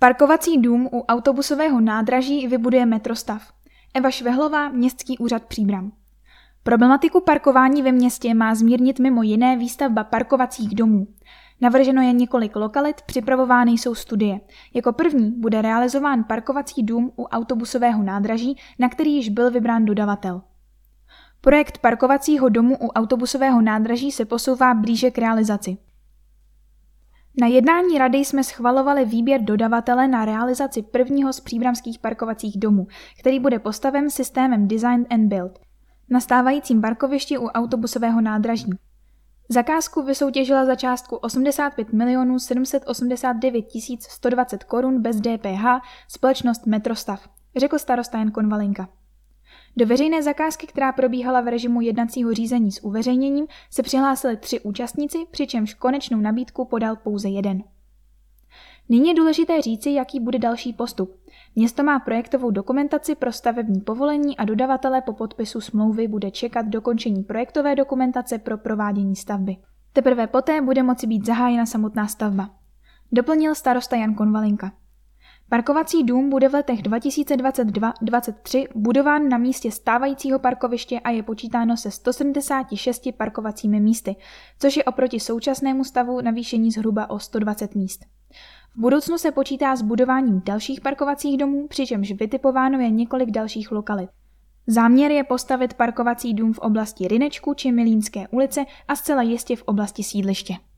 Parkovací dům u autobusového nádraží vybuduje Metrostav. Eva Švehlová, Městský úřad Příbram. Problematiku parkování ve městě má zmírnit mimo jiné výstavba parkovacích domů. Navrženo je několik lokalit, připravovány jsou studie. Jako první bude realizován parkovací dům u autobusového nádraží, na který již byl vybrán dodavatel. Projekt parkovacího domu u autobusového nádraží se posouvá blíže k realizaci. Na jednání rady jsme schvalovali výběr dodavatele na realizaci prvního z příbramských parkovacích domů, který bude postaven systémem Design and Build na stávajícím parkovišti u autobusového nádraží. Zakázku vysoutěžila za částku 85 789 120 korun bez DPH společnost Metrostav, řekl starosta Jan Konvalinka. Do veřejné zakázky, která probíhala v režimu jednacího řízení s uveřejněním, se přihlásili 3 účastníci, přičemž konečnou nabídku podal pouze jeden. Nyní je důležité říci, jaký bude další postup. Město má projektovou dokumentaci pro stavební povolení a dodavatele po podpisu smlouvy bude čekat dokončení projektové dokumentace pro provádění stavby. Teprve poté bude moci být zahájena samotná stavba, doplnil starosta Jan Konvalinka. Parkovací dům bude v letech 2022-2023 budován na místě stávajícího parkoviště a je počítáno se 176 parkovacími místy, což je oproti současnému stavu navýšení zhruba o 120 míst. V budoucnu se počítá s budováním dalších parkovacích domů, přičemž vytipováno je několik dalších lokalit. Záměr je postavit parkovací dům v oblasti Rynečku či Milínské ulice a zcela jistě v oblasti sídliště.